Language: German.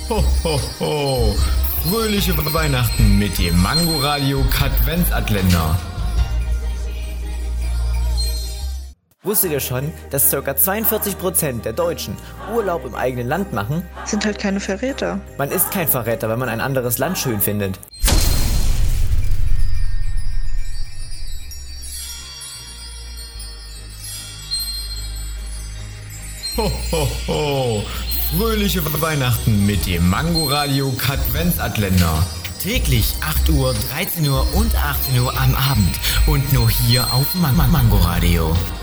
Ho, ho, ho. Fröhliche Weihnachten mit dem Mangoradio Katwenzatländer. Wusstet ihr schon, dass ca. 42% der Deutschen Urlaub im eigenen Land machen? Sind halt keine Verräter. Man ist kein Verräter, wenn man ein anderes Land schön findet. Ho, ho, ho. Fröhliche Weihnachten mit dem Mangoradio Katwenzatländer. Täglich 8 Uhr, 13 Uhr und 18 Uhr am Abend. Und nur hier auf Mangoradio.